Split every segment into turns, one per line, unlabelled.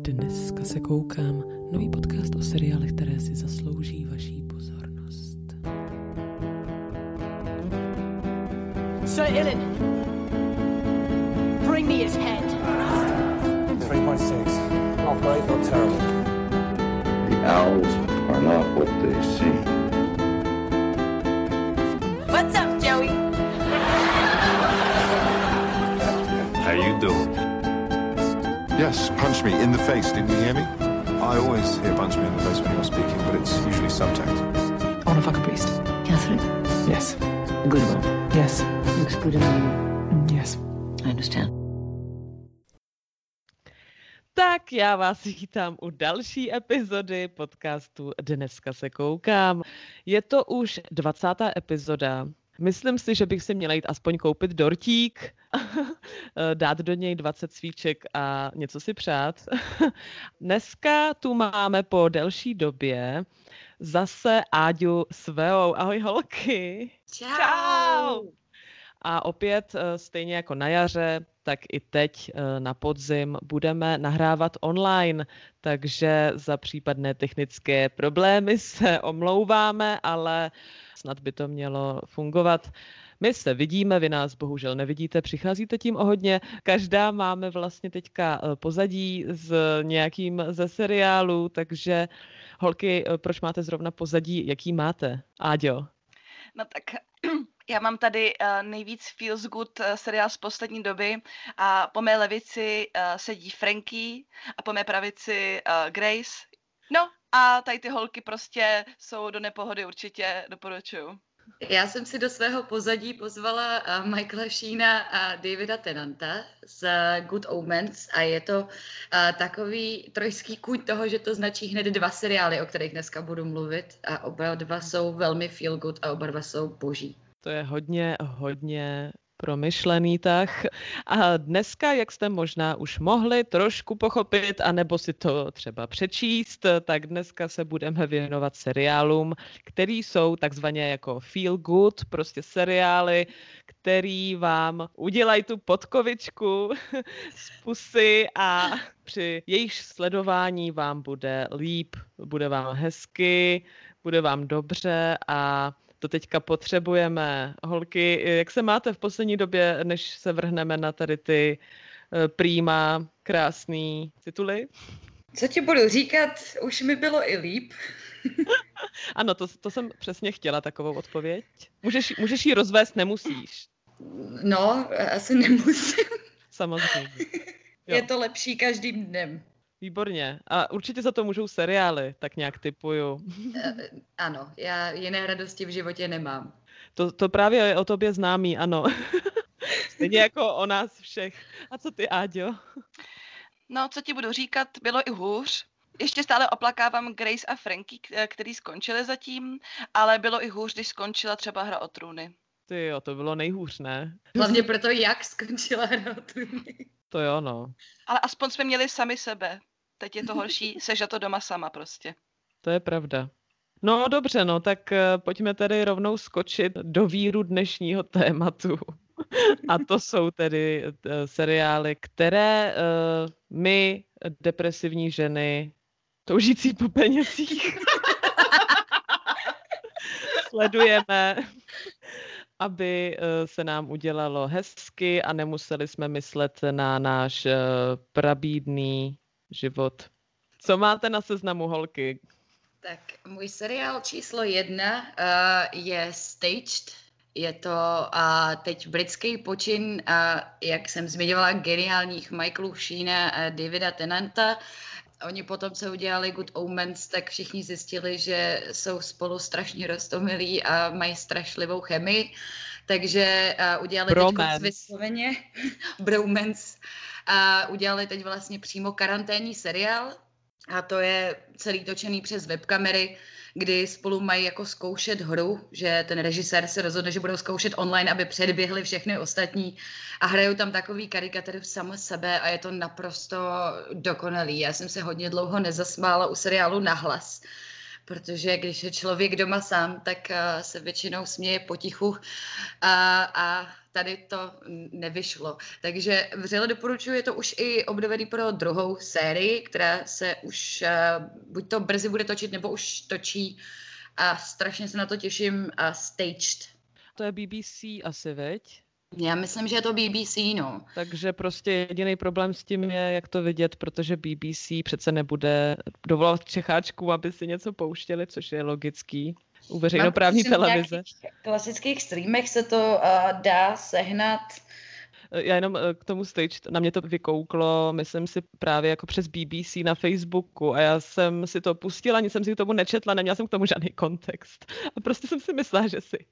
Dneska se koukám. Nový podcast o seriálech, které si zaslouží vaší pozornost.
Sir Ilan, bring me his head.
3.6. Not great, not terrible.
The owls are not what they seem.
What's up, Joey?
How you doing?
Yes, punch me in the face. Didn't you hear me? I always hear punch me in the face when you're speaking, but it's usually subtext.
I wanna fuck a priest.
Catherine?
Yes.
A good one?
Yes.
Looks good on you.
Yes.
I understand.
Tak já vás vítám u další epizody podcastu Dneska se koukám. Je to už 20. epizoda. Myslím si, že bych si měla jít aspoň koupit dortík, dát do něj 20 svíček a něco si přát. Dneska tu máme po delší době zase Áďu s Veou. Ahoj holky.
Čau.
A opět stejně jako na jaře, tak i teď na podzim budeme nahrávat online, takže za případné technické problémy se omlouváme, ale snad by to mělo fungovat. My se vidíme, vy nás bohužel nevidíte, přicházíte tím o hodně. Každá máme vlastně teďka pozadí z nějakým ze seriálu, takže holky, proč máte zrovna pozadí, jaký máte? Áďo?
No tak já mám tady nejvíc feels good seriál z poslední doby a po mé levici sedí Frankie a po mé pravici Grace. No a tady ty holky prostě jsou do nepohody, určitě doporučuju.
Já jsem si do svého pozadí pozvala Michaela Sheena a Davida Tennanta z Good Omens a je to takový trojský kůň toho, že to značí hned dva seriály, o kterých dneska budu mluvit a oba dva jsou velmi feel good a oba dva jsou boží.
To je hodně promyšlený tah. A dneska, jak jste možná už mohli trošku pochopit, anebo si to třeba přečíst, tak dneska se budeme věnovat seriálům, který jsou takzvaně jako feel good, prostě seriály, který vám udělají tu podkovičku z pusy a při jejich sledování vám bude líp, bude vám hezky, bude vám dobře a to teďka potřebujeme. Holky, jak se máte v poslední době, než se vrhneme na tady ty prýma, krásný tituly?
Co ti budu říkat, už mi bylo i líp.
Ano, to jsem přesně chtěla, takovou odpověď. Můžeš ji rozvést, nemusíš.
No, asi nemusím.
Samozřejmě. Jo.
Je to lepší každým dnem.
Výborně. A určitě za to můžou seriály, tak nějak typuju.
Ano, já jiné radosti v životě nemám.
To právě je o tobě známý, ano. Stejně jako o nás všech. A co ty, Áďo?
No, co ti budu říkat, bylo i hůř. Ještě stále oplakávám Grace a Frankie, který skončili zatím, ale bylo i hůř, když skončila třeba Hra o trůny.
Ty jo, to bylo nejhůř, ne?
Hlavně proto, jak skončila Hra o trůny.
To jo, no.
Ale aspoň jsme měli sami sebe. Teď je to horší, seš to doma sama prostě.
To je pravda. No dobře, no tak pojďme tedy rovnou skočit do víru dnešního tématu. A to jsou tedy seriály, které my, depresivní ženy, toužící po penězích, sledujeme, aby se nám udělalo hezky a nemuseli jsme myslet na náš prabídný život. Co máte na seznamu, holky?
Tak můj seriál číslo 1 je Staged. Je to teď britský počin, jak jsem zmiňovala, geniálních Michaelů Sheena a Davida Tennanta. Oni potom, co udělali Good Omens, tak všichni zjistili, že jsou spolu strašně roztomilí a mají strašlivou chemii. Takže udělali teď vysloveně Bromance. A udělali teď vlastně přímo karanténní seriál. A to je celý točený přes webkamery, kdy spolu mají jako zkoušet hru, že ten režisér se rozhodne, že budou zkoušet online, aby předběhli všechny ostatní a hrajou tam takový karikatury samo sebe a je to naprosto dokonalý. Já jsem se hodně dlouho nezasmála u seriálu nahlas, protože když je člověk doma sám, tak se většinou směje potichu a tady to nevyšlo. Takže vřele doporučuji, je to už i obnovený pro druhou sérii, která se už buď to brzy bude točit, nebo už točí a strašně se na to těším. Staged.
To je BBC asi, veď?
Já myslím, že je to BBC, no.
Takže prostě jediný problém s tím je, jak to vidět, protože BBC přece nebude dovolovat Čecháčkům, aby si něco pouštěli, což je logický u veřejnoprávní televize.
V klasických streamech se to dá sehnat.
Já jenom k tomu Staged, na mě to vykouklo, myslím si právě jako přes BBC na Facebooku a já jsem si to pustila, nic jsem si k tomu nečetla, neměla jsem k tomu žádný kontext. A prostě jsem si myslela, že si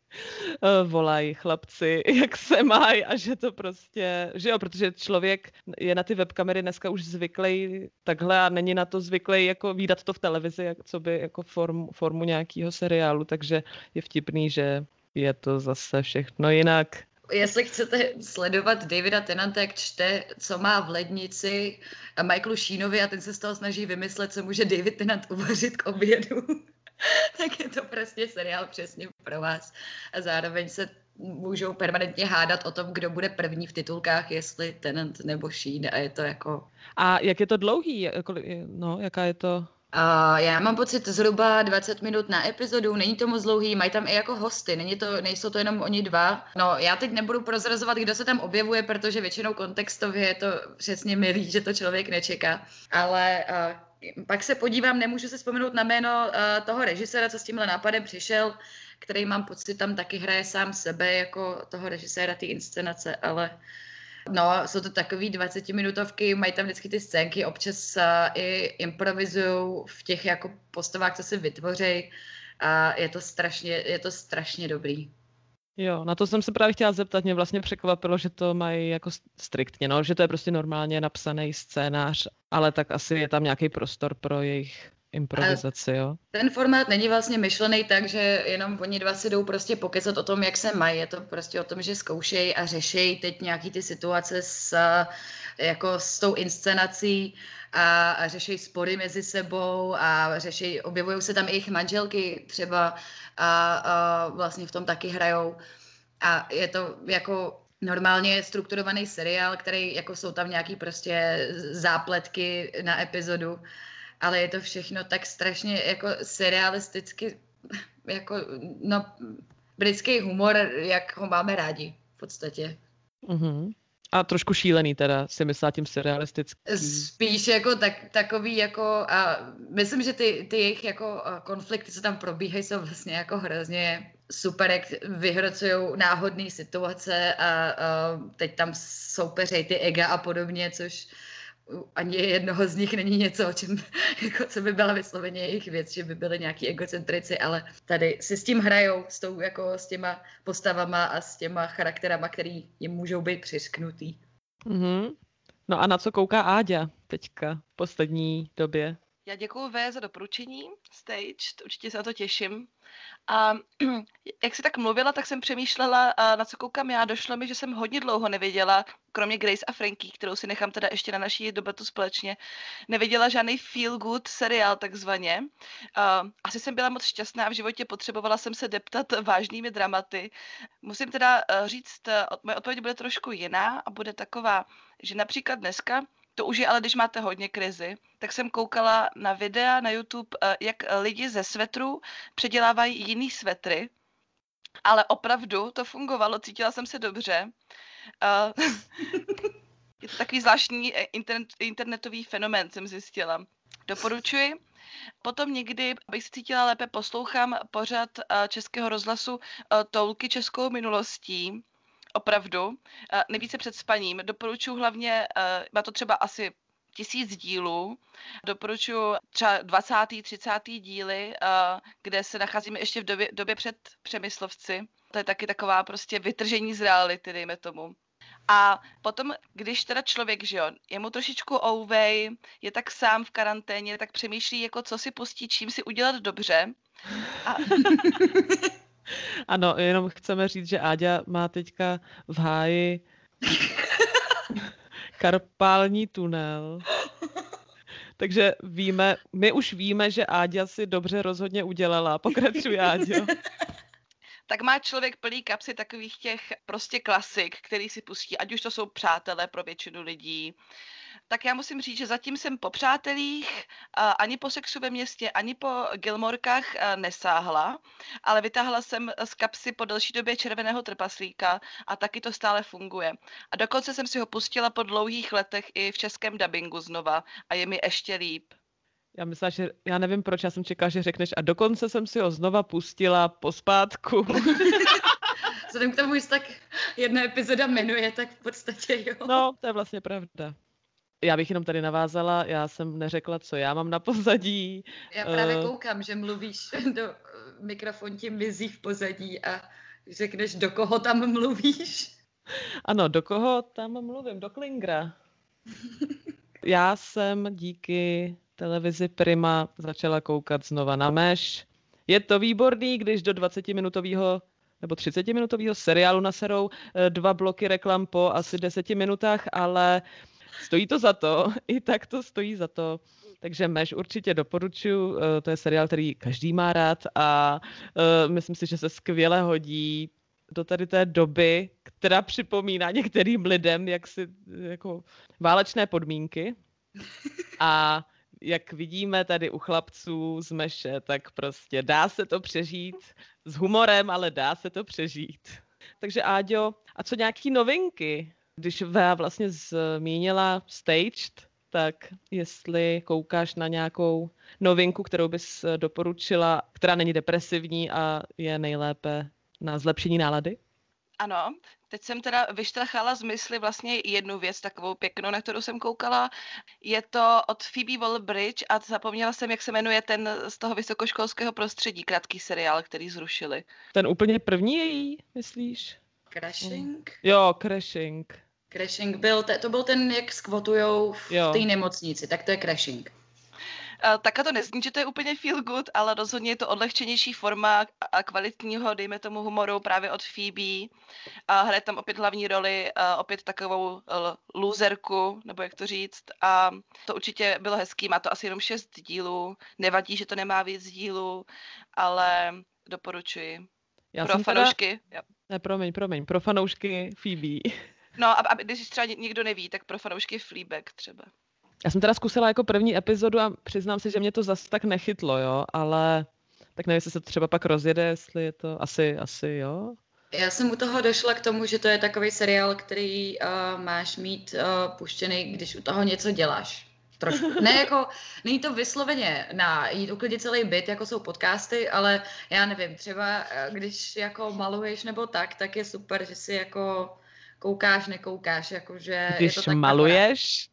volají chlapci, jak se mají a že to prostě, že jo, protože člověk je na ty webkamery dneska už zvyklý takhle a není na to zvyklý jako vídat to v televizi, jak, co by jako formu nějakého seriálu, takže je vtipný, že je to zase všechno jinak.
Jestli chcete sledovat Davida Tennanta, jak čte, co má v lednici a Michaelu Sheenovi a ten se z toho snaží vymyslet, co může David Tennant uvařit k obědu, tak je to prostě seriál přesně pro vás. A zároveň se můžou permanentně hádat o tom, kdo bude první v titulkách, jestli Tennant nebo Sheen a je to jako...
A jak je to dlouhý? No, jaká je to...
Já mám pocit zhruba 20 minut na epizodu, není to moc dlouhý, mají tam i jako hosty, nejsou to jenom oni dva. No, já teď nebudu prozrazovat, kdo se tam objevuje, protože většinou kontextově je to přesně milý, že to člověk nečeká. Ale pak se podívám, nemůžu se vzpomenout na jméno toho režiséra, co s tímhle nápadem přišel, který mám pocit tam taky hraje sám sebe jako toho režiséra té inscenace, ale... No, jsou to takový 20minutovky, mají tam vždycky ty scénky, občas i improvizujou v těch jako postavách, co si vytvoří a je to strašně dobrý.
Jo, na to jsem se právě chtěla zeptat, mě vlastně překvapilo, že to mají jako striktně, no, že to je prostě normálně napsaný scénář, ale tak asi je tam nějaký prostor pro jejich improvizaci, jo?
Ten formát není vlastně myšlený tak, že jenom oni dva si jdou prostě pokecat o tom, jak se mají. Je to prostě o tom, že zkoušejí a řešejí teď nějaký ty situace s tou inscenací a řešejí spory mezi sebou a objevují se tam i jejich manželky třeba a vlastně v tom taky hrajou. A je to jako normálně strukturovaný seriál, který jako jsou tam nějaký prostě zápletky na epizodu. Ale je to všechno tak strašně jako serialisticky, jako no, britský humor, jak ho máme rádi v podstatě.
Uh-huh. A trošku šílený teda, si myslela tím serialistický.
Spíš jako takový jako, a myslím, že ty jejich jako konflikty, co tam probíhají, jsou vlastně jako hrozně super, jak vyhrocujou náhodné situace a teď tam soupeřejí ty ega a podobně, což ani jednoho z nich není něco, o čem, jako, co by byla vysloveně jejich věc, že by byly nějaký egocentrici, ale tady si s tím hrajou, s těma postavama a s těma charakterama, který jim můžou být přiřknutý.
Mm-hmm. No a na co kouká Áďa teďka v poslední době?
Já děkuju V za doporučení, Staged, určitě se na to těším. A jak jsi tak mluvila, tak jsem přemýšlela, na co koukám já. Došlo mi, že jsem hodně dlouho neviděla, kromě Grace a Frankie, kterou si nechám teda ještě na naší debatu společně, neviděla žádný feel good seriál takzvaně. Asi jsem byla moc šťastná v životě, potřebovala jsem se deptat vážnými dramaty. Musím teda říct, moje odpověď bude trošku jiná a bude taková, že například dneska, to už je ale, když máte hodně krizi, tak jsem koukala na videa na YouTube, jak lidi ze svetru předělávají jiný svetry, ale opravdu to fungovalo, cítila jsem se dobře. Je to takový zvláštní internetový fenomén, jsem zjistila. Doporučuji. Potom někdy, abych se cítila lépe, poslouchám pořad Českého rozhlasu Toulky českou minulostí. Opravdu. Nejvíce před spaním. Doporučuji hlavně, má to třeba asi 1000 dílů. Doporučuji třeba 20. 30. díly, kde se nacházíme ještě v době před Přemyslovci. To je taky taková prostě vytržení z reality, dejme tomu. A potom, když teda člověk, že jo, je mu trošičku ouvej, je tak sám v karanténě, tak přemýšlí, jako co si pustí, čím si udělat dobře. A...
Ano, jenom chceme říct, že Áďa má teďka v háji karpální tunel. Takže my už víme, že Áďa si dobře rozhodně udělala. Pokračuj, Áďo.
Tak má člověk plný kapsy takových těch prostě klasik, který si pustí, ať už to jsou přátelé pro většinu lidí. Tak já musím říct, že zatím jsem po přátelích ani po Sexu ve městě, ani po Gilmorkách nesáhla, ale vytáhla jsem z kapsy po delší době Červeného trpaslíka a taky to stále funguje. A dokonce jsem si ho pustila po dlouhých letech i v českém dabingu znova a je mi ještě líp.
Já myslím, že já nevím, proč já jsem čekala, že řekneš a dokonce jsem si ho znova pustila pospátku.
Vzhledem k tomu, že tak jedna epizoda jmenuje, tak v podstatě jo.
No, to je vlastně pravda. Já bych jenom tady navázala, já jsem neřekla, co já mám na pozadí.
Já právě koukám, že mluvíš do mikrofon, tím mizí v pozadí a řekneš, do koho tam mluvíš.
Ano, do koho tam mluvím? Do Klingra. Já jsem díky televizi Prima začala koukat znova na Mesh. Je to výborný, když do 20-minutového nebo 30-minutového seriálu naserou 2 bloky reklam po asi 10 minutách, ale stojí to za to, i tak to stojí za to. Takže Mesh určitě doporučuji, to je seriál, který každý má rád a myslím si, že se skvěle hodí do tady té doby, která připomíná některým lidem jako válečné podmínky. A jak vidíme tady u chlapců z Meshe, tak prostě dá se to přežít s humorem, ale dá se to přežít. Takže Áďo, a co nějaký novinky? Když Vea vlastně zmínila Staged, tak jestli koukáš na nějakou novinku, kterou bys doporučila, která není depresivní a je nejlépe na zlepšení nálady?
Ano, teď jsem teda vyštrachala z mysli vlastně jednu věc, takovou pěknou, na kterou jsem koukala. Je to od Phoebe Waller-Bridge a zapomněla jsem, jak se jmenuje ten z toho vysokoškolského prostředí, krátký seriál, který zrušili.
Ten úplně první její, myslíš?
Crashing?
Jo, Crashing.
Crashing byl, to byl ten, jak skvotujou v té nemocnici, tak to je Crashing.
Takhle to nezní, že to je úplně feel good, ale rozhodně je to odlehčenější forma a kvalitního, dejme tomu, humoru právě od Phoebe. A hraje tam opět hlavní roli, opět takovou loserku, nebo jak to říct. A to určitě bylo hezký, má to asi jenom 6 dílů, nevadí, že to nemá víc dílů, ale doporučuji. Pro fanoušky.
Ne, promiň, pro fanoušky Phoebe.
No a když třeba někdo neví, tak pro fanoušky Fleabag třeba.
Já jsem teda zkusila jako první epizodu a přiznám se, že mě to zase tak nechytlo, jo, ale tak nevím, jestli se to třeba pak rozjede, jestli je to asi jo.
Já jsem u toho došla k tomu, že to je takový seriál, který máš mít puštěný, když u toho něco děláš. Trošku. Ne, jako, není to vysloveně na jít uklidit celý byt, jako jsou podcasty, ale já nevím, třeba když jako maluješ nebo tak je super, že si jako koukáš, nekoukáš, jakože
když
je to tak
maluješ?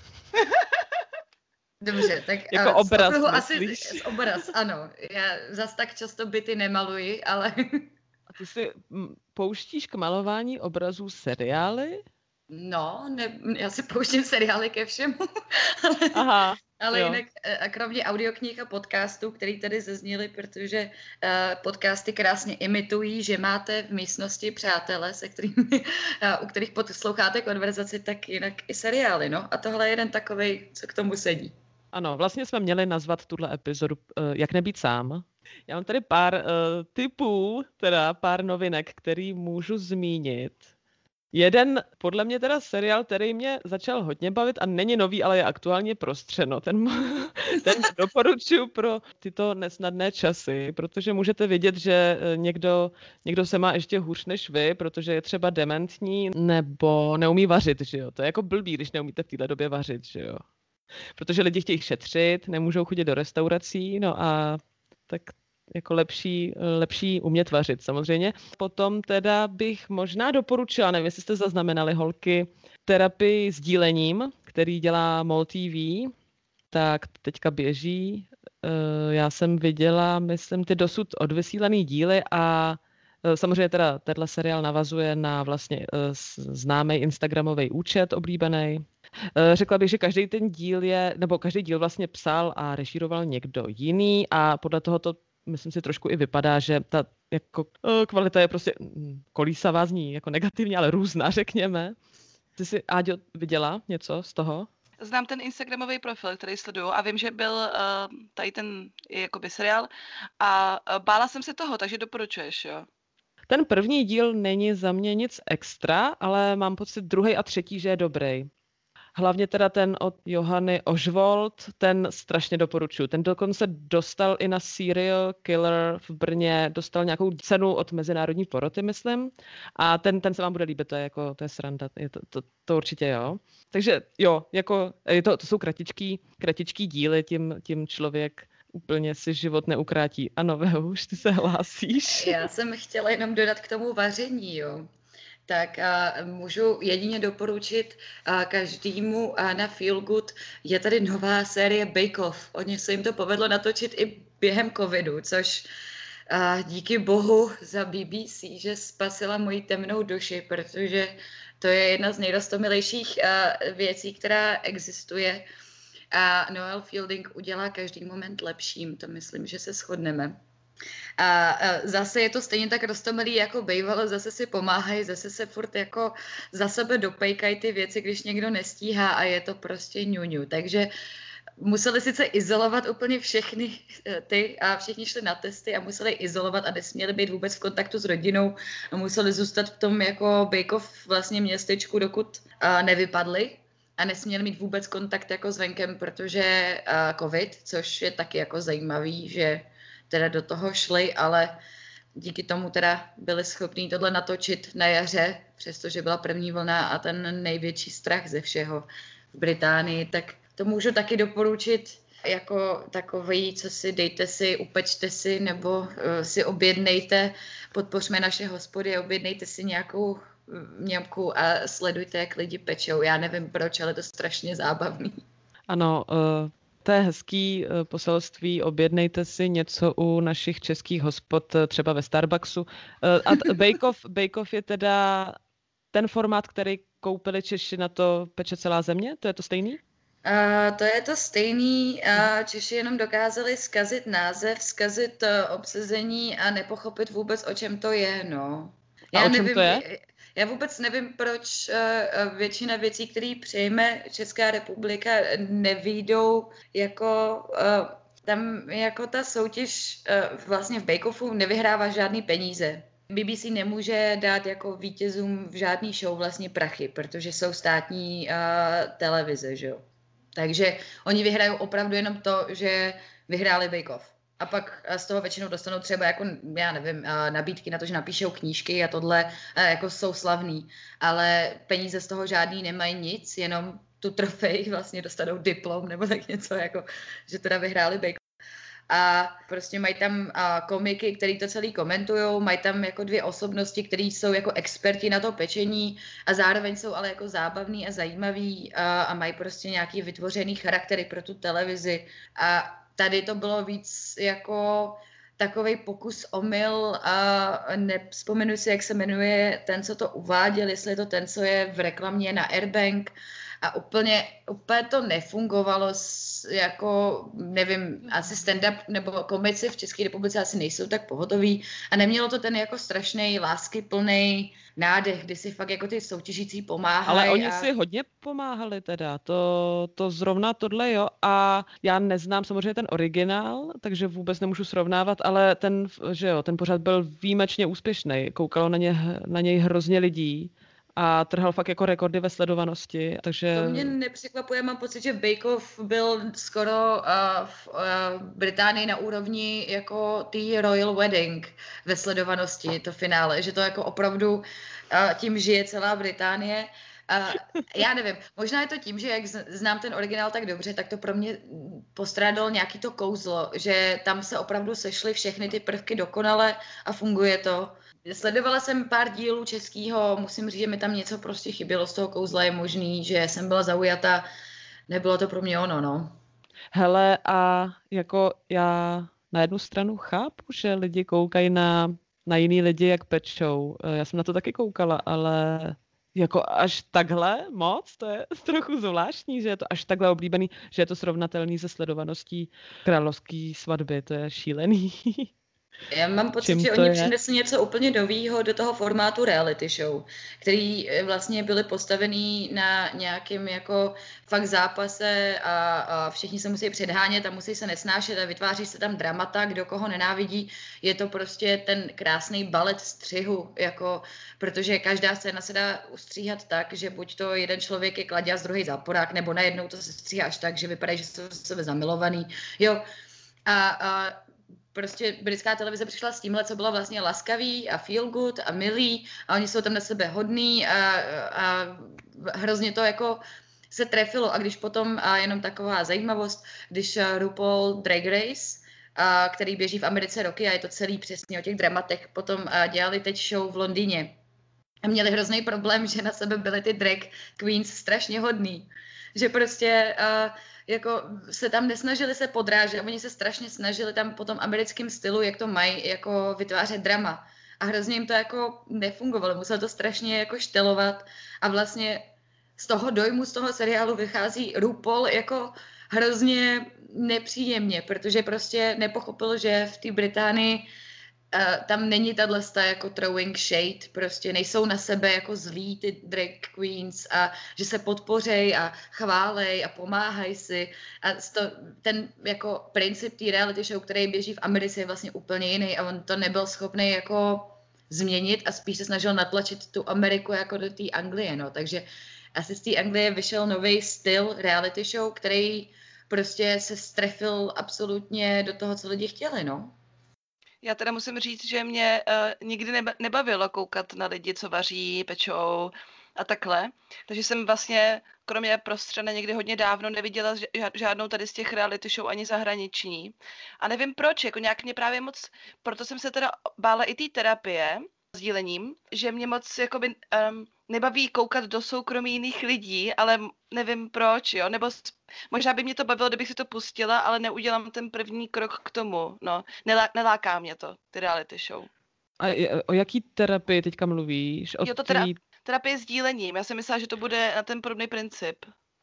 Dobře, tak
jako obraz,
asi obraz, ano. Já zas tak často byty nemaluji, ale...
A ty si pouštíš k malování obrazů seriály?
No, já si pouštím seriály ke všemu, ale jinak kromě audioknih a podcastů, který tady zazněly, protože podcasty krásně imitují, že máte v místnosti přátele, u kterých posloucháte konverzaci, tak jinak i seriály, no. A tohle je jeden takovej, co k tomu sedí.
Ano, vlastně jsme měli nazvat tuhle epizodu Jak nebýt sám. Já mám tady pár tipů, teda pár novinek, který můžu zmínit. Jeden, podle mě teda seriál, který mě začal hodně bavit a není nový, ale je aktuálně prostřeno. Ten doporučuji pro tyto nesnadné časy, protože můžete vidět, že někdo se má ještě hůř než vy, protože je třeba dementní nebo neumí vařit, že jo. To je jako blbý, když neumíte v této době vařit, že jo. Protože lidi chtějí šetřit, nemůžou chodit do restaurací, no a tak jako lepší umět vařit samozřejmě. Potom teda bych možná doporučila, nevím, jestli jste zaznamenali, holky, terapii sdílením, který dělá MOL TV, tak teďka běží. Já jsem viděla, myslím, ty dosud odvysílaný díly a samozřejmě teda tenhle seriál navazuje na vlastně známý instagramový účet oblíbený. Řekla bych, že každý díl vlastně psal a režíroval někdo jiný a podle toho to myslím si trošku i vypadá, že ta jako kvalita je prostě kolísavá, zní jako negativně, ale různá, řekněme. Ty jsi, Áďo, viděla něco z toho?
znám ten instagramový profil, který sleduju a vím, že byl tady ten jakoby seriál a bála jsem se toho, takže doporučuješ, jo?
Ten první díl není za mě nic extra, ale mám pocit druhý a třetí, že je dobrý. Hlavně teda ten od Johany Ožvold, ten strašně doporučuji. Ten dokonce dostal i na Serial Killer v Brně, dostal nějakou cenu od mezinárodní poroty, myslím. A ten se vám bude líbit, to je sranda, to určitě jo. Takže jo, jako, to jsou kratičký díly, tím člověk úplně si život neukrátí. Ano, už ty se hlásíš.
Já jsem chtěla jenom dodat k tomu vaření, jo. Tak můžu jedině doporučit každému na Feel Good. Je tady nová série Bake Off. Oni se jim to povedlo natočit i během covidu, což díky bohu za BBC, že spasila moji temnou duši, protože to je jedna z nejrostomilejších věcí, která existuje. A Noel Fielding udělá každý moment lepším, to myslím, že se shodneme. A zase je to stejně tak roztomilý jako bejvalo, zase si pomáhají, zase se furt jako za sebe dopejkají ty věci, když někdo nestíhá a je to prostě ňuňu. Takže museli sice izolovat úplně všechny ty a všichni šli na testy a museli izolovat a nesměli být vůbec v kontaktu s rodinou a museli zůstat v tom jako Bake-Off vlastně městečku, dokud nevypadli. A nesměli mít vůbec kontakt jako s venkem, protože covid, což je taky jako zajímavý, že teda do toho šli, ale díky tomu teda byli schopní tohle natočit na jaře, přestože byla první vlna a ten největší strach ze všeho v Británii, tak to můžu taky doporučit jako takový, co si dejte si, upečte si nebo si objednejte, podpořme naše hospody, objednejte si nějakou mňamku a sledujte, jak lidi pečou. Já nevím proč, ale to je strašně zábavný.
Ano, to je hezký poselství, objednejte si něco u našich českých hospod, třeba ve Starbucksu. A Bake Off je teda ten formát, který koupili Češi, na to peče celá země? To je to stejný?
To je to stejný. Češi jenom dokázali zkazit název, zkazit obsazení a nepochopit vůbec, o čem to je, no.
A o čem to je?
Já vůbec nevím, proč většina věcí, které přejme Česká republika, nevyjdou jako tam jako ta soutěž vlastně v Bake Offu nevyhrává žádný peníze. BBC nemůže dát jako vítězům v žádný show vlastně prachy, protože jsou státní televize, že jo. Takže oni vyhrajou opravdu jenom to, že vyhráli Bake Off. A pak z toho většinou dostanou třeba jako, já nevím, nabídky na to, že napíšou knížky a tohle jako jsou slavný. Ale peníze z toho žádný nemají nic, jenom tu trofej vlastně dostanou diplom nebo tak něco, jako, že teda vyhráli Bake Off. A prostě mají tam komiky, který to celý komentujou, mají tam jako 2 osobnosti, který jsou jako experti na to pečení a zároveň jsou ale jako zábavný a zajímavý a mají prostě nějaký vytvořený charaktery pro tu televizi. A tady to bylo víc jako takovej pokus omyl a nevzpomenu si, jak se jmenuje ten, co to uváděl, jestli je to ten, co je v reklamě na Airbank a úplně to nefungovalo, jako nevím, asi stand-up nebo komici v České republice asi nejsou tak pohotoví a nemělo to ten jako strašnej láskyplnej nádech, kdy si fakt jako ty soutěžící pomáhají.
Ale oni si hodně pomáhali teda, to zrovna tohle jo a já neznám samozřejmě ten originál, takže vůbec nemůžu srovnávat, ale ten pořad byl výjimečně úspěšný, koukalo na něj hrozně lidí. A trhal fakt jako rekordy ve sledovanosti, takže...
To mě nepřekvapuje, mám pocit, že Bake Off byl skoro v Británii na úrovni jako tý Royal Wedding ve sledovanosti, to finále, že to jako opravdu tím žije celá Británie. Já nevím, možná je to tím, že jak znám ten originál tak dobře, tak to pro mě postrádalo nějaký to kouzlo, že tam se opravdu sešly všechny ty prvky dokonale a funguje to. Sledovala jsem pár dílů českýho, musím říct, že mi tam něco prostě chybělo z toho kouzla, je možný, že jsem byla zaujata, nebylo to pro mě ono, no.
Hele, a jako já na jednu stranu chápu, že lidi koukají na jiný lidi, jak pečou. Já jsem na to taky koukala, ale jako až takhle moc, to je trochu zvláštní, že je to až takhle oblíbený, že je to srovnatelný se sledovaností Královské svatby, to je šílený.
Já mám pocit,
Čím
že
to
oni
je?
přinesli něco úplně novýho do toho formátu reality show, který vlastně byly postavený na nějakém jako fakt zápase a všichni se musí předhánět a musí se nesnášet a vytváří se tam dramata, kdo koho nenávidí. Je to prostě ten krásný balet střihu, jako, protože každá scéna se dá ustříhat tak, že buď to jeden člověk je kladěz, druhý záporák, nebo najednou to se stříhá až tak, že vypadá, že jsou sebe zamilovaný. Jo. A prostě britská televize přišla s tímhle, co bylo vlastně laskavý a feel good a milý a oni jsou tam na sebe hodný a hrozně to jako se trefilo. A když potom, a jenom taková zajímavost, když RuPaul Drag Race, který běží v Americe roky a je to celý přesně o těch dramatech, potom dělali teď show v Londýně a měli hrozný problém, že na sebe byly ty drag queens strašně hodný. Že prostě jako se tam nesnažili se podrážet, oni se strašně snažili tam po tom americkém stylu, jak to mají, jako vytvářet drama. A hrozně jim to jako nefungovalo, muselo to strašně jako štelovat a vlastně z toho dojmu, z toho seriálu vychází RuPaul jako hrozně nepříjemně, protože prostě nepochopil, že v té Británii tam není tato jako throwing shade, prostě nejsou na sebe jako zlí ty drag queens a že se podpořej a chválej a pomáhají si a ten jako princip té reality show, který běží v Americe, je vlastně úplně jiný a on to nebyl schopný jako změnit a spíš se snažil natlačit tu Ameriku jako do té Anglie, no, takže asi z té Anglie vyšel nový styl reality show, který prostě se strefil absolutně do toho, co lidi chtěli, no.
Já teda musím říct, že mě nikdy nebavilo koukat na lidi, co vaří, pečou a takhle. Takže jsem vlastně, kromě Prostřene, někdy hodně dávno neviděla žádnou tady z těch reality show ani zahraniční. A nevím proč, jako nějak mě právě moc, proto jsem se teda bála i té terapie sdílením, že mě moc jakoby nebaví koukat do soukromí jiných lidí, ale nevím proč, jo, nebo možná by mě to bavilo, kdybych si to pustila, ale neudělám ten první krok k tomu, no, neláká mě to, ty reality show.
A o jaký terapii teďka mluvíš?
Jo, to terapie sdílením, já jsem myslela, že to bude na ten podobný princip.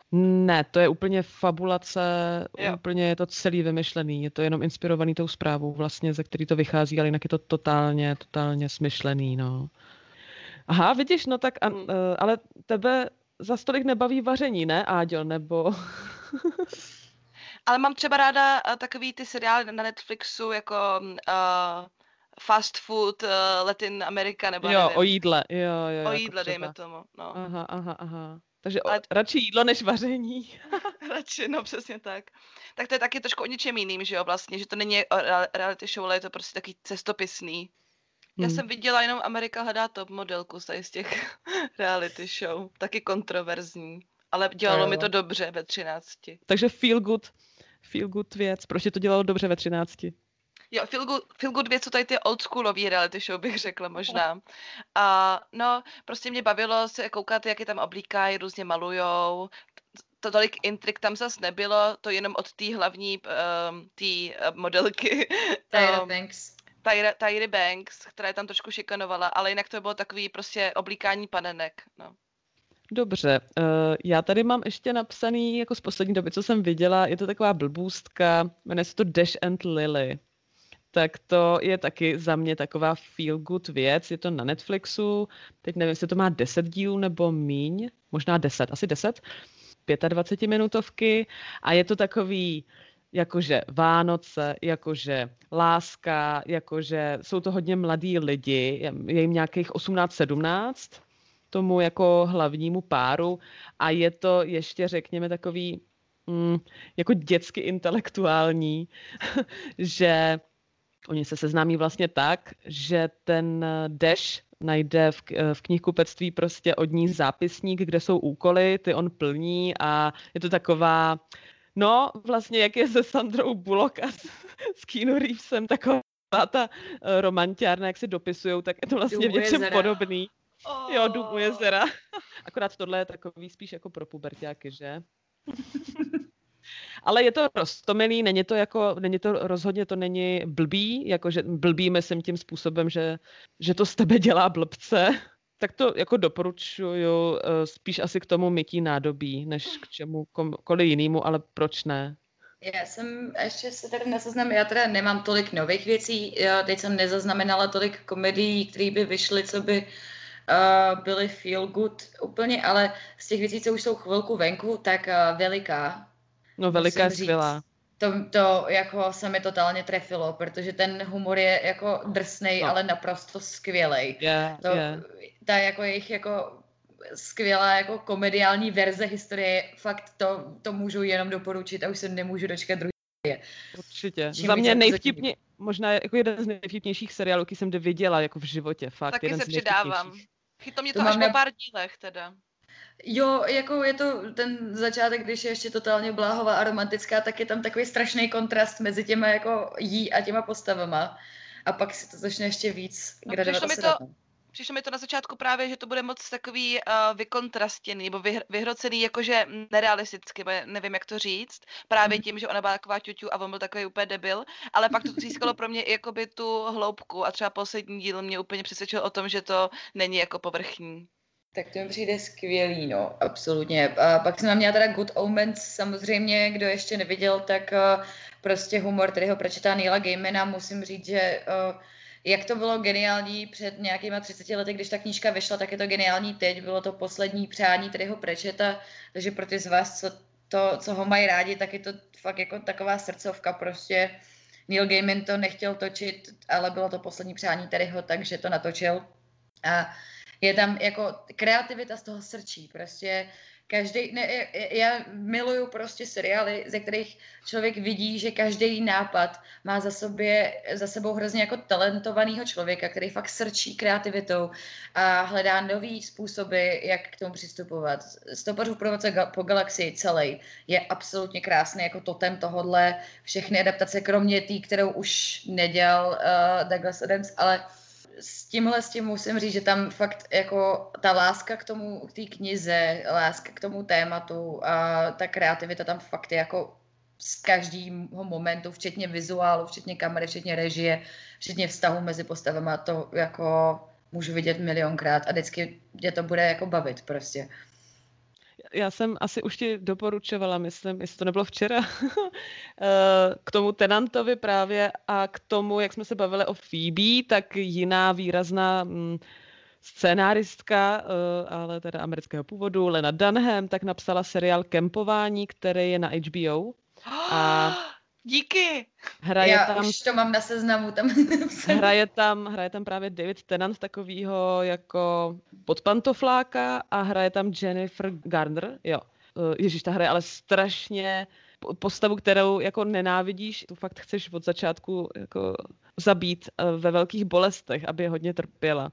Ne, to je úplně fabulace,
Jo.
úplně je to celý vymyšlený, je to jenom inspirovaný tou zprávou vlastně, ze který to vychází, ale jinak je to totálně smyšlený, no. Aha, vidíš, no tak, ale tebe za stolik nebaví vaření, ne, Áďo, nebo...
Ale mám třeba ráda takový ty seriály na Netflixu, jako Fast Food, Latin America, nebo
jo,
nevím.
o jídle, jo.
O
jako
jídle,
třeba.
dejme tomu, no.
Aha. Takže
Ale-
radši jídlo než vaření.
Radši, no přesně tak. Tak to je taky trošku o něčem jiným, že jo, vlastně, že to není reality show, ale je to prostě taky cestopisný. Já jsem viděla jenom Amerika hledá top modelku z těch reality show, taky kontroverzní, ale dělalo mi to dobře ve 13.
Takže feel good věc, proč je to dělalo dobře ve 13?
Jo, feel good věc, co tady ty oldschoolový reality show, bych řekla možná. A no, prostě mě bavilo se koukat, jak je tam oblíkají, různě malujou. To tolik intrik tam zas nebylo, to jenom od té hlavní modelky. Tyra Banks, která je tam trošku šikanovala, ale jinak to bylo takový prostě oblíkání panenek, no.
Dobře, já tady mám ještě napsaný, jako z poslední doby, co jsem viděla, je to taková blbůstka, jmenuje se to Dash and Lily. Tak to je taky za mě taková feel good věc, je to na Netflixu, teď nevím, jestli to má 10 dílů nebo míň, možná 10, asi 10, 25-minutovky a je to takový, jakože Vánoce, jakože láska, jakože jsou to hodně mladí lidi, je jim nějakých 18-17, tomu jako hlavnímu páru a je to ještě, řekněme, takový jako dětsky intelektuální, že oni se seznámí vlastně tak, že ten Dash najde v knihkupectví prostě od ní zápisník, kde jsou úkoly, ty on plní a je to taková, no vlastně jak je se Sandrou Bullock a s Keanu Reevesem, taková ta romantiárna, jak si dopisujou, tak je to vlastně v něčem podobný. Jo, Dům u jezera. Akorát tohle je takový spíš jako pro puberťáky, že? Ale je to roztomilý, není to rozhodně to není blbý, jakože blbý myslím tím způsobem, že to z tebe dělá blbce, tak to jako doporučuju spíš asi k tomu mytí nádobí, než k čemukoliv jinému, ale proč ne?
Já jsem ještě se tady neseznam, já teda nemám tolik nových věcí, teď jsem nezaznamenala tolik komedií, které by vyšly, co by byly feel good úplně, ale z těch věcí, co už jsou chvilku venku, tak Veliká.
No Veliká je skvělá.
To jako se mi totálně trefilo, protože ten humor je jako drsnej, ale naprosto skvělej. Ta jako jejich jako skvělá jako komediální verze historie, fakt to můžu jenom doporučit a už se nemůžu dočkat druhé.
Určitě. Za mě nejvtipně, možná jako jeden z nejvtipnějších seriálů, který jsem kdy viděla jako v životě, fakt.
Taky
jeden
se přidávám. Chytlo mě to až po pár dílech teda.
Jo, jako je to ten začátek, když je ještě totálně bláhová a romantická, tak je tam takový strašný kontrast mezi těma jako jí a těma postavama. A pak si to začne ještě víc gradovat.
Přišlo mi to na začátku právě, že to bude moc takový vykontrastěný nebo vyhrocený, jakože nerealisticky, nevím, jak to říct. Právě tím, že ona byla taková ťuťu a on byl takový úplně debil, ale pak to získalo pro mě i jakoby tu hloubku a třeba poslední díl mě úplně přesvědčil o tom, že to není jako povrchní.
Tak to mi přijde skvělý, no, absolutně. A pak jsem měla teda Good Omens, samozřejmě, kdo ještě neviděl, tak prostě humor, který ho prečetá Neila Gaimana, musím říct, že jak to bylo geniální před nějakýma 30 lety, když ta knížka vyšla, tak je to geniální teď. Bylo to poslední přání, který ho prečeta, takže pro ty z vás, co ho mají rádi, tak je to fakt jako taková srdcovka prostě. Neil Gaiman to nechtěl točit, ale bylo to poslední přání Terryho, takže to natočil. A je tam jako kreativita z toho srčí, prostě já miluju prostě seriály, ze kterých člověk vidí, že každý nápad má za sebou hrozně jako talentovaného člověka, který fakt srčí kreativitou a hledá nový způsoby, jak k tomu přistupovat. Stopařův průvodce po galaxii celý je absolutně krásný jako totem tohodle, všechny adaptace, kromě té, kterou už nedělal Douglas Adams, ale s tím musím říct, že tam fakt jako ta láska k té knize, láska k tomu tématu a ta kreativita tam fakt je jako z každého momentu, včetně vizuálu, včetně kamery, včetně režie, včetně vztahu mezi postavama, to jako můžu vidět milionkrát a vždycky mě to bude jako bavit prostě.
Já jsem asi už ti doporučovala, myslím, jestli to nebylo včera, k tomu Tenantovi právě a k tomu, jak jsme se bavili o Phoebe, tak jiná výrazná scénáristka, ale teda amerického původu, Lena Dunham, tak napsala seriál Kempování, který je na HBO. A
díky!
Už to mám na seznamu.
Hraje tam právě David Tennant, takovýho jako podpantofláka a hraje tam Jennifer Garner, jo. Ježíš, ta hraje ale strašně postavu, kterou jako nenávidíš, tu fakt chceš od začátku jako zabít ve velkých bolestech, aby je hodně trpěla.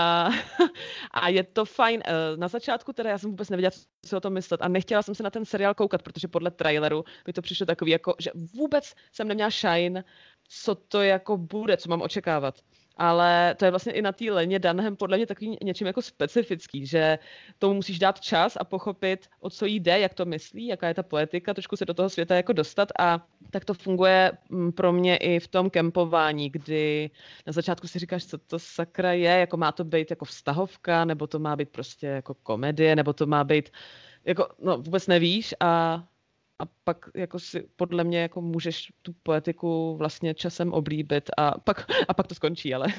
A je to fajn. Na začátku teda já jsem vůbec nevěděla, co si o tom myslet a nechtěla jsem se na ten seriál koukat, protože podle traileru mi to přišlo takový, jako, že vůbec jsem neměla shine, co to jako bude, co mám očekávat. Ale to je vlastně i na té Leně Dunham podle mě takový něčím jako specifický, že tomu musíš dát čas a pochopit, o co jí jde, jak to myslí, jaká je ta poetika, trošku se do toho světa jako dostat a tak to funguje pro mě i v tom kempování, kdy na začátku si říkáš, co to sakra je, jako má to být jako vztahovka, nebo to má být prostě jako komedie, nebo to má být, jako, no vůbec nevíš a pak jako si podle mě jako můžeš tu poetiku vlastně časem oblíbit a pak to skončí, ale.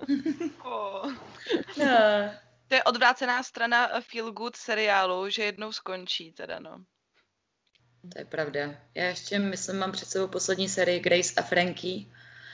To je odvrácená strana feel good seriálu, že jednou skončí teda, no.
To je pravda. Já ještě myslím, mám před sebou poslední sérii Grace a Frankie.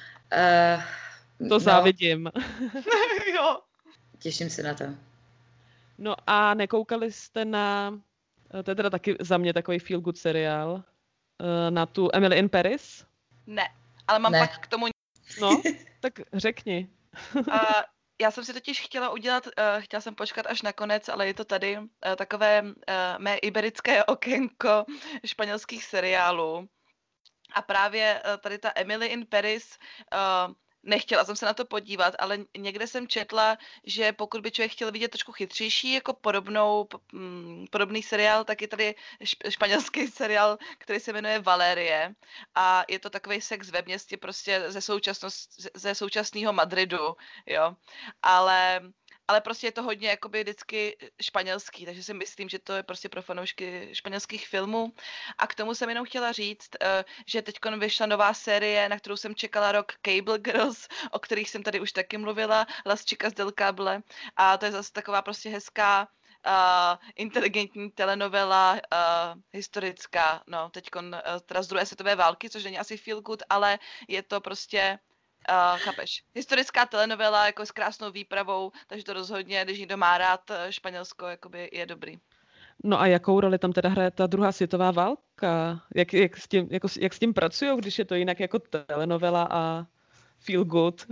To závidím.
Jo.
Těším se na to.
No a nekoukali jste na, to je teda taky za mě takový feel good seriál, na tu Emily in Paris?
Ne, ale mám pak k tomu...
No, tak řekni.
Já jsem si totiž chtěla jsem počkat až na konec, ale je to tady takové mé iberické okénko španělských seriálů. A právě tady ta Emily in Paris, nechtěla jsem se na to podívat, ale někde jsem četla, že pokud by člověk chtěl vidět trošku chytřejší, jako podobný seriál, tak je tady španělský seriál, který se jmenuje Valerie a je to takový sex ve městě prostě ze současného Madridu, jo. Ale ale prostě je to hodně jakoby vždycky španělský, takže si myslím, že to je prostě pro fanoušky španělských filmů. A k tomu jsem jenom chtěla říct, že teď vyšla nová série, na kterou jsem čekala rok, Cable Girls, o kterých jsem tady už taky mluvila, Las Chicas del Cable, a to je zase taková prostě hezká inteligentní telenovela, historická, no, teďkon teda z druhé světové války, což není asi feel good, ale je to prostě, chápeš, historická telenovela jako s krásnou výpravou, takže to rozhodně, když někdo má rád Španělsko, jakoby je dobrý.
No a jakou roli tam teda hraje ta druhá světová válka? Jak s tím pracujou, když je to jinak jako telenovela a feel good?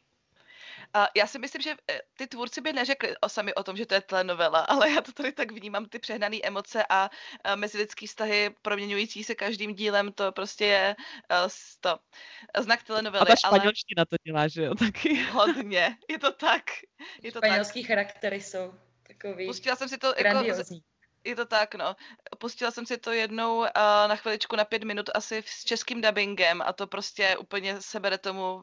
Já si myslím, že ty tvůrci by neřekli sami o tom, že to je telenovela, ale já to tady tak vnímám, ty přehnané emoce a mezilidský vztahy proměňující se každým dílem, to prostě je znak telenovely.
A ta španělština to dělá, že jo, taky.
Hodně, je to tak.
Španělský charaktery jsou takový
Pustila jsem si to
grandiozní.
Je to tak, no. Pustila jsem si to jednou na chviličku na 5 minut asi s českým dubbingem a to prostě úplně sebere tomu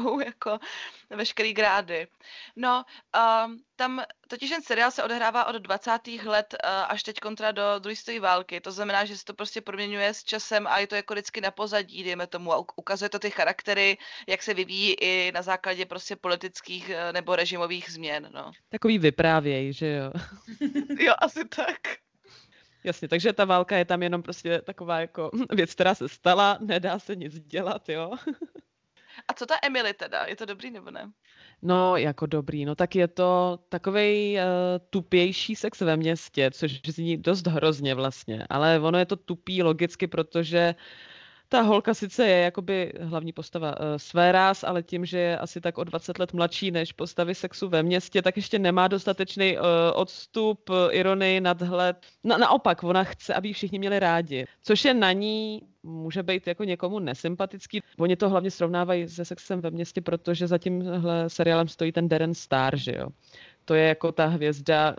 veškerý grády. No, tam totiž ten seriál se odehrává od 20. let až teď kontra do druhé světové války. To znamená, že se to prostě proměňuje s časem a je to jako vždycky na pozadí, dejme tomu, a ukazuje to ty charaktery, jak se vyvíjí i na základě prostě politických nebo režimových změn, no.
Takový vyprávěj, že jo?
Jo, asi tak.
Jasně, takže ta válka je tam jenom prostě taková jako věc, která se stala, nedá se nic dělat, jo?
A co ta Emily teda? Je to dobrý nebo ne?
No, jako dobrý, no tak je to takovej tupější sex ve městě, což zní dost hrozně vlastně, ale ono je to tupý logicky, protože ta holka sice je jakoby hlavní postava své ráz, ale tím, že je asi tak o 20 let mladší než postavy sexu ve městě, tak ještě nemá dostatečný odstup, ironii, nadhled. Naopak, ona chce, aby ji všichni měli rádi, což je na ní, může být jako někomu nesympatický. Oni to hlavně srovnávají se sexem ve městě, protože za tímhle seriálem stojí ten Darren Star, že jo. To je jako ta hvězda,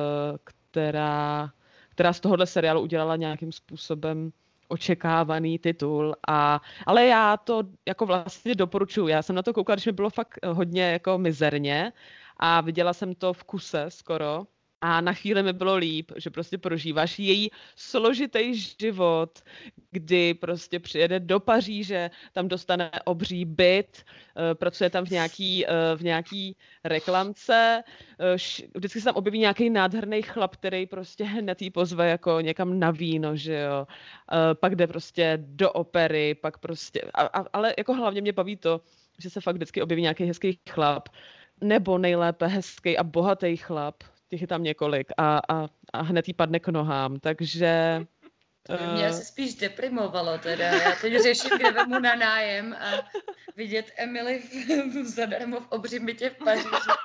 která z tohohle seriálu udělala nějakým způsobem očekávaný titul, ale já to jako vlastně doporučuji. Já jsem na to koukala, když mi bylo fakt hodně jako mizerně a viděla jsem to v kuse skoro a na chvíli mi bylo líp, že prostě prožíváš její složitý život, kdy prostě přijede do Paříže, tam dostane obří byt, pracuje tam v nějaký reklamce, vždycky se tam objeví nějaký nádherný chlap, který prostě hned jí pozve jako někam na víno, že jo. Pak jde prostě do opery, pak prostě, ale jako hlavně mě baví to, že se fakt vždycky objeví nějaký hezký chlap, nebo nejlépe hezký a bohatý chlap, těch je tam několik a hned jí padne k nohám, takže...
Mě asi spíš deprimovalo teda. Já teď řeším, kde vemu na nájem a vidět Emily zadarmo v obřím bytě v Paříži.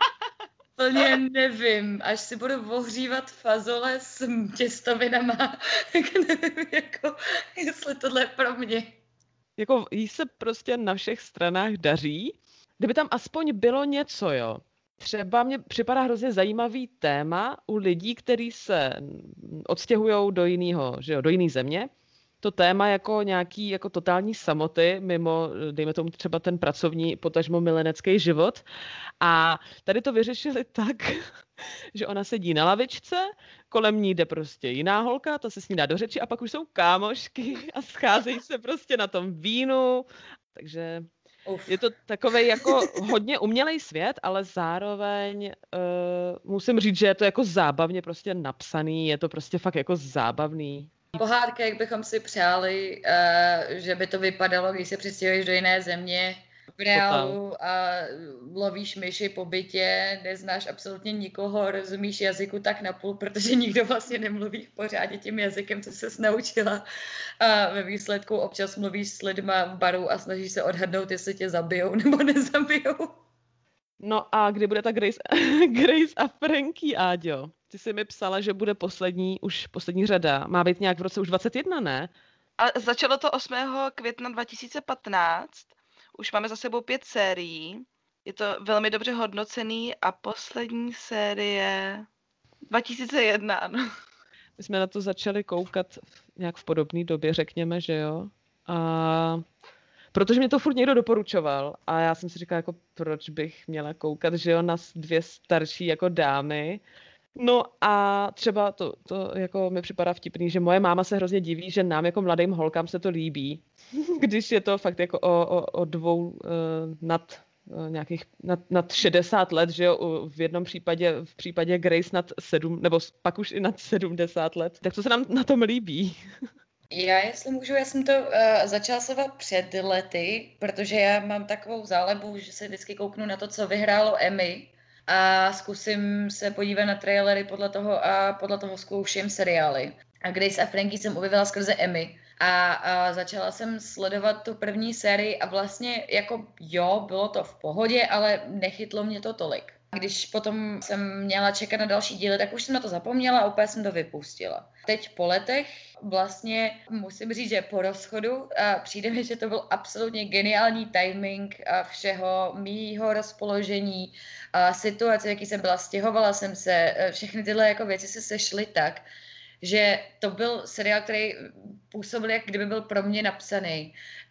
Plně nevím, až si budu ohřívat fazole s těstovinama, tak nevím, jako, jestli tohle je pro mě.
Jako jí se prostě na všech stranách daří. Kdyby tam aspoň bylo něco, jo. Třeba mně připadá hrozně zajímavý téma u lidí, kteří se odstěhují do jiné země. To téma jako nějaký jako totální samoty mimo, dejme tomu třeba ten pracovní, potažmo milenecký život. A tady to vyřešili tak, že ona sedí na lavičce, kolem ní jde prostě jiná holka, ta se s ní dá do řeči a pak už jsou kámošky a scházejí se prostě na tom vínu. Takže... Je to takovej jako hodně umělej svět, ale zároveň musím říct, že je to jako zábavně prostě napsaný, je to prostě fakt jako zábavný.
Pohádka, jak bychom si přáli, že by to vypadalo, když se přestěhuješ do jiné země v reálu a lovíš myši po bytě, neznáš absolutně nikoho, rozumíš jazyku tak napůl, protože nikdo vlastně nemluví pořádně tím jazykem, co ses naučila. A ve výsledku občas mluvíš s lidma v baru a snažíš se odhadnout, jestli tě zabijou nebo nezabijou.
No a kdy bude ta Grace a Frankie, Áďo? Ty jsi mi psala, že bude poslední řada. Má být nějak v roce už 21, ne?
A začalo to 8. května 2015. Už máme za sebou 5 sérií. Je to velmi dobře hodnocený a poslední série 2001, ano.
My jsme na to začali koukat nějak v podobné době, řekněme, že jo. A protože mě to furt někdo doporučoval a já jsem si říkala, jako proč bych měla koukat, že jo, na dvě starší jako dámy. No a třeba to jako mi připadá vtipný, že moje máma se hrozně diví, že nám jako mladým holkám se to líbí, když je to fakt jako o dvou nad 60 let, že jo, v případě Grace nad 7, nebo pak už i nad 70 let. Tak co se nám na tom líbí?
Já, jestli můžu, já jsem to začala sledovat před lety, protože já mám takovou zálebu, že se vždycky kouknu na to, co vyhrálo Emmy a zkusím se podívat na trailery podle toho zkouším seriály. A Grace a Frankie jsem objevila skrze Emmy. A začala jsem sledovat tu první sérii a vlastně jako jo, bylo to v pohodě, ale nechytlo mě to tolik. Když potom jsem měla čekat na další díly, tak už jsem na to zapomněla a úplně jsem to vypustila. Teď po letech vlastně musím říct, že po rozchodu přijde mi, že to byl absolutně geniální timing všeho, mýho rozpoložení, situace, v jaký jsem byla, stěhovala jsem se, všechny tyhle jako věci se sešly tak, že to byl seriál, který působil, jak kdyby byl pro mě napsaný.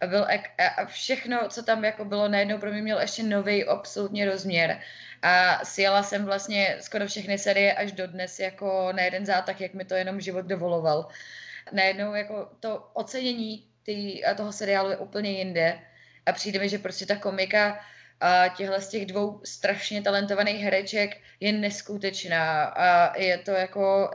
A všechno, co tam jako bylo, najednou pro mě měl ještě nový absolutně rozměr. A sjela jsem vlastně skoro všechny série až dodnes jako na jeden zátah, jak mi to jenom život dovoloval. Najednou jako to ocenění toho seriálu je úplně jinde. A přijde mi, že prostě ta komika těchhle z těch dvou strašně talentovaných hereček je neskutečná. A je to jako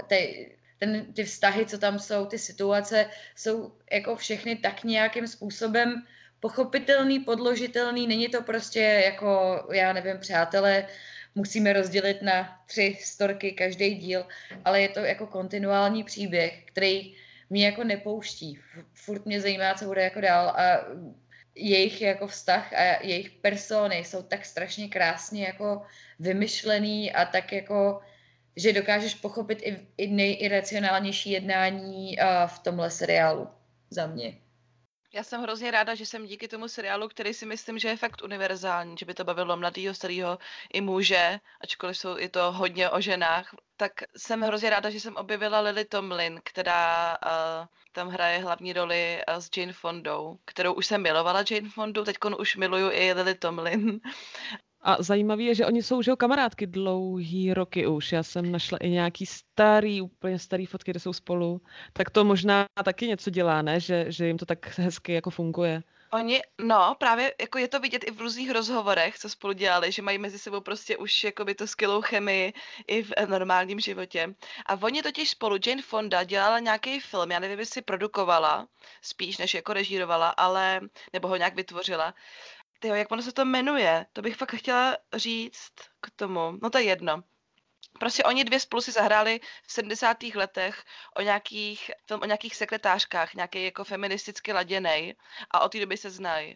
ty vztahy, co tam jsou, ty situace, jsou jako všechny tak nějakým způsobem pochopitelný, podložitelný. Není to prostě jako, já nevím, přátelé, musíme rozdělit na 3 storky každý díl, ale je to jako kontinuální příběh, který mě jako nepouští. Furt mě zajímá, co bude jako dál a jejich jako vztah a jejich persony jsou tak strašně krásně jako vymyšlený a tak jako že dokážeš pochopit i nejiracionálnější jednání v tomhle seriálu za mě.
Já jsem hrozně ráda, že jsem díky tomu seriálu, který si myslím, že je fakt univerzální, že by to bavilo mladýho, starýho i muže, ačkoliv je to hodně o ženách, tak jsem hrozně ráda, že jsem objevila Lily Tomlin, která tam hraje hlavní roli s Jane Fondou, kterou už jsem milovala Jane Fondu, teďkon už miluju i Lily Tomlin.
A zajímavé je, že oni jsou že kamarádky dlouhý roky už. Já jsem našla i nějaký úplně starý fotky, kde jsou spolu. Tak to možná taky něco dělá, ne? Že jim to tak hezky jako funguje.
Oni, právě jako je to vidět i v různých rozhovorech, co spolu dělali, že mají mezi sebou prostě už jakoby to skvělou chemii i v normálním životě. A oni totiž spolu, Jane Fonda dělala nějaký film, já nevím, jestli produkovala, spíš než jako režírovala, nebo ho nějak vytvořila. Tyjo, jak ono se to jmenuje? To bych fakt chtěla říct k tomu. No to je jedno. Prostě oni dvě spolu si zahráli v 70. letech film o nějakých sekretářkách, nějaký jako feministicky laděnej a od té doby se znají.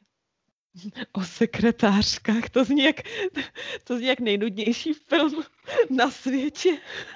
O sekretářkách, to zní jak nejnudnější film na světě.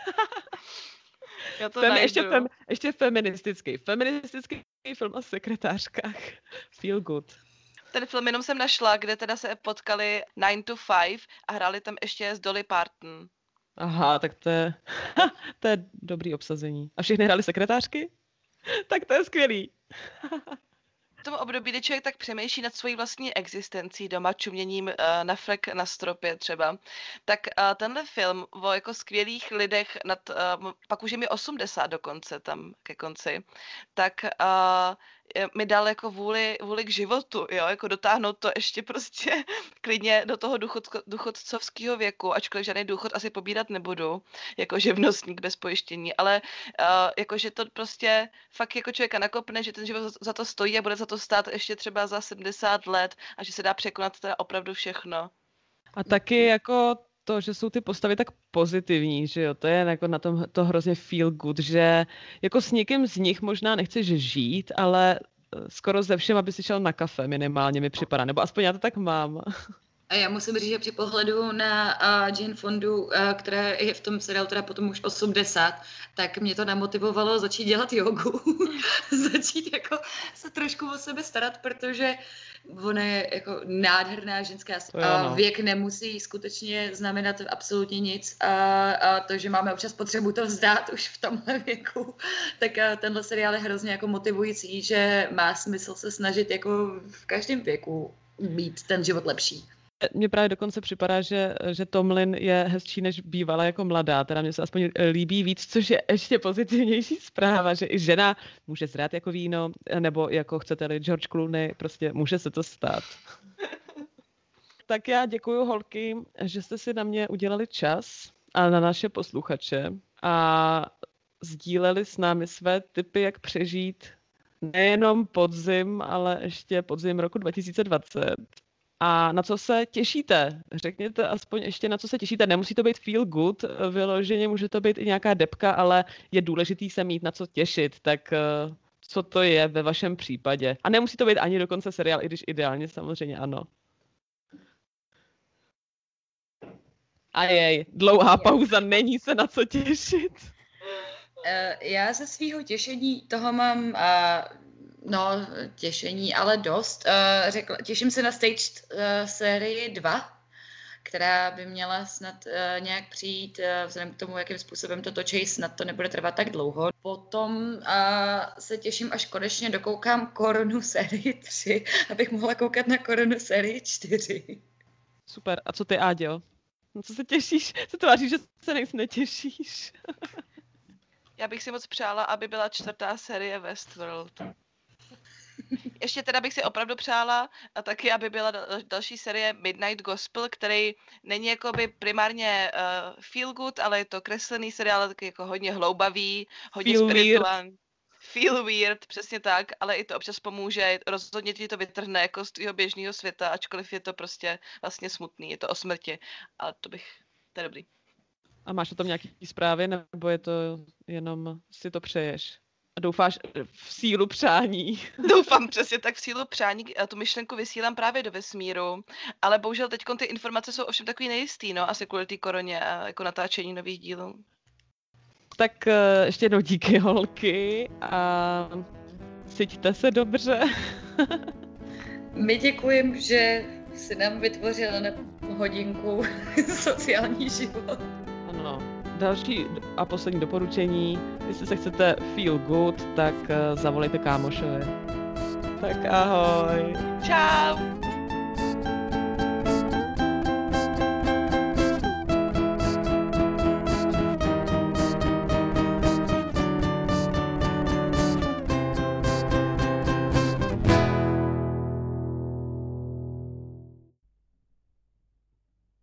Já to najdu.
Ještě feministický film o sekretářkách. Feel good.
Ten film jenom jsem našla, kde teda se potkali 9 to 5 a hráli tam ještě s Dolly Parton.
Aha, tak to je dobrý obsazení. A všichni hráli sekretářky? Tak to je skvělý.
V tom období, kdy člověk tak přemýšlí nad svojí vlastní existencí doma, čuměním na flek na stropě třeba, tak tenhle film o jako skvělých lidech, pak už je mi 80 dokonce tam ke konci, tak mi dal jako vůli k životu, jo, jako dotáhnout to ještě prostě klidně do toho důchodcovského věku, ačkoliv žádný důchod asi pobírat nebudu, jako živnostník bez pojištění, ale jakože to prostě fakt jako člověka nakopne, že ten život za to stojí a bude za to stát ještě třeba za 70 let a že se dá překonat teda opravdu všechno.
A taky jako to, že jsou ty postavy tak pozitivní, že jo, to je jako na tom to hrozně feel good, že jako s někým z nich možná nechceš žít, ale skoro ze všem, aby si šel na kafe minimálně mi připadá, nebo aspoň já to tak mám.
A já musím říct, že při pohledu na Jane Fondu, která je v tom seriálu teda potom už 80, tak mě to namotivovalo začít dělat jogu. Začít jako se trošku o sebe starat, protože ona je jako nádherná ženská. Věk nemusí skutečně znamenat absolutně nic. A to, že máme občas potřebu to vzdát už v tomhle věku, tak tenhle seriál je hrozně jako motivující, že má smysl se snažit jako v každém věku mít ten život lepší.
Mně právě dokonce připadá, že Tomlin je hezčí než bývala jako mladá, teda mně se aspoň líbí víc, což je ještě pozitivnější zpráva, že i žena může zrát jako víno, nebo jako chcete-li George Clooney, prostě může se to stát. Tak já děkuju holky, že jste si na mě udělali čas a na naše posluchače a sdíleli s námi své tipy, jak přežít nejenom podzim, ale ještě podzim roku 2020. A na co se těšíte? Řekněte aspoň ještě, na co se těšíte. Nemusí to být feel good, vyloženě může to být i nějaká depka, ale je důležitý se mít na co těšit. Tak co to je ve vašem případě? A nemusí to být ani dokonce seriál, i když ideálně samozřejmě ano. A dlouhá pauza, není se na co těšit.
Já ze svého těšení toho mám... těšení, ale dost. Těším se na Staged sérii 2, která by měla snad nějak přijít, vzhledem k tomu, jakým způsobem to točí, snad to nebude trvat tak dlouho. Potom se těším, až konečně dokoukám Korunu sérii 3, abych mohla koukat na Korunu sérii 4.
Super. A co ty, Áďo? No co se těšíš? Se tváříš, že se nejsi netěšíš.
Já bych si moc přála, aby byla 4. série Westworld. Ještě teda bych si opravdu přála a taky, aby byla další série Midnight Gospel, který není jakoby primárně feel good, ale je to kreslený seriál, taky jako hodně hloubavý, hodně spirituální. Feel weird, přesně tak, ale i to občas pomůže, rozhodně ti to vytrhne jako z tvého běžného světa, ačkoliv je to prostě vlastně smutný, je to o smrti, ale to je dobrý.
A máš o tom nějaký zprávy, nebo je to jenom si to přeješ? A doufáš v sílu přání.
Doufám přesně tak v sílu přání. Tu myšlenku vysílám právě do vesmíru, ale bohužel teď ty informace jsou ovšem takový nejistý, no, asi kvůli té koroně a jako natáčení nových dílů.
Tak ještě jednou díky, holky, a cítíte se dobře.
My děkujeme, že si nám vytvořila na hodinku sociální život.
Ano. Další a poslední doporučení, jestli se chcete feel good, tak zavolejte kámošovi. Tak ahoj.
Čau.